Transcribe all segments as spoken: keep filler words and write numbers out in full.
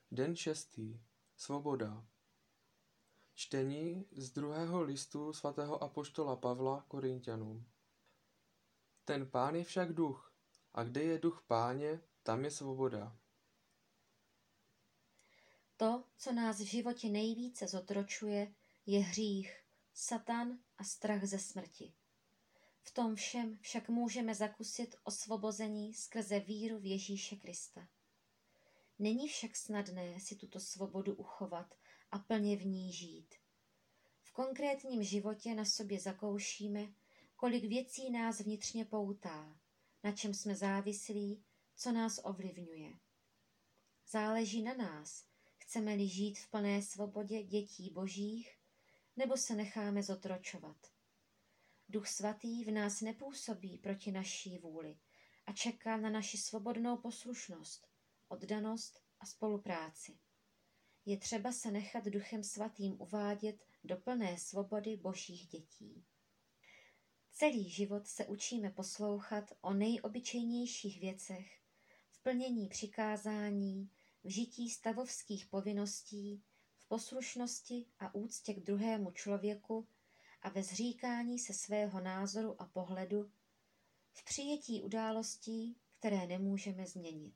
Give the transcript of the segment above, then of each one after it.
Den šestý. Svoboda. Čtení z druhého listu svatého apoštola Pavla Korinťanům. Ten Pán je však duch, a kde je duch Páně, tam je svoboda. To, co nás v životě nejvíce zotročuje, je hřích, Satan a strach ze smrti. V tom všem však můžeme zakusit osvobození skrze víru v Ježíše Krista. Není však snadné si tuto svobodu uchovat a plně v ní žít. V konkrétním životě na sobě zakoušíme, kolik věcí nás vnitřně poutá, na čem jsme závislí, co nás ovlivňuje. Záleží na nás, chceme-li žít v plné svobodě dětí božích, nebo se necháme zotročovat. Duch svatý v nás nepůsobí proti naší vůli a čeká na naši svobodnou poslušnost, oddanost a spolupráci. Je třeba se nechat Duchem svatým uvádět do plné svobody božích dětí. Celý život se učíme poslouchat o nejobyčejnějších věcech, v plnění přikázání, v žití stavovských povinností, v poslušnosti a úctě k druhému člověku a ve zříkání se svého názoru a pohledu, v přijetí událostí, které nemůžeme změnit.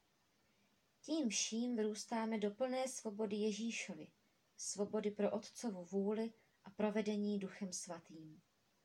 Tím vším vyrůstáme do plné svobody Ježíšovi, svobody pro Otcovu vůli a provedení Duchem svatým.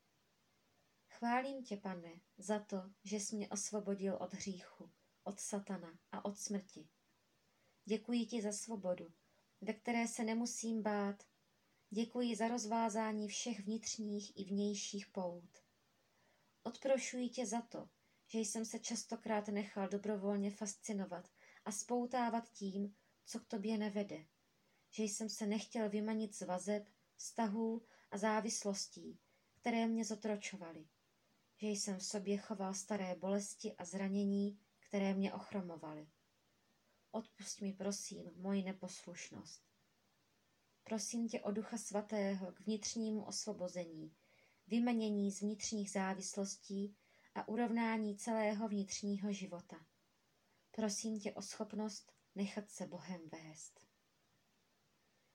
Chválím tě, Pane, za to, že jsi mě osvobodil od hříchu, od satana a od smrti. Děkuji ti za svobodu, ve které se nemusím bát. Děkuji za rozvázání všech vnitřních i vnějších pout. Odprošuji tě za to, že jsem se častokrát nechal dobrovolně fascinovat a spoutávat tím, co k tobě nevede, že jsem se nechtěl vymanit z vazeb, vztahů a závislostí, které mě zotročovaly, že jsem v sobě choval staré bolesti a zranění, které mě ochromovaly. Odpusť mi, prosím, moji neposlušnost. Prosím tě o Ducha Svatého k vnitřnímu osvobození, vymanění z vnitřních závislostí a urovnání celého vnitřního života. Prosím tě o schopnost nechat se Bohem vést.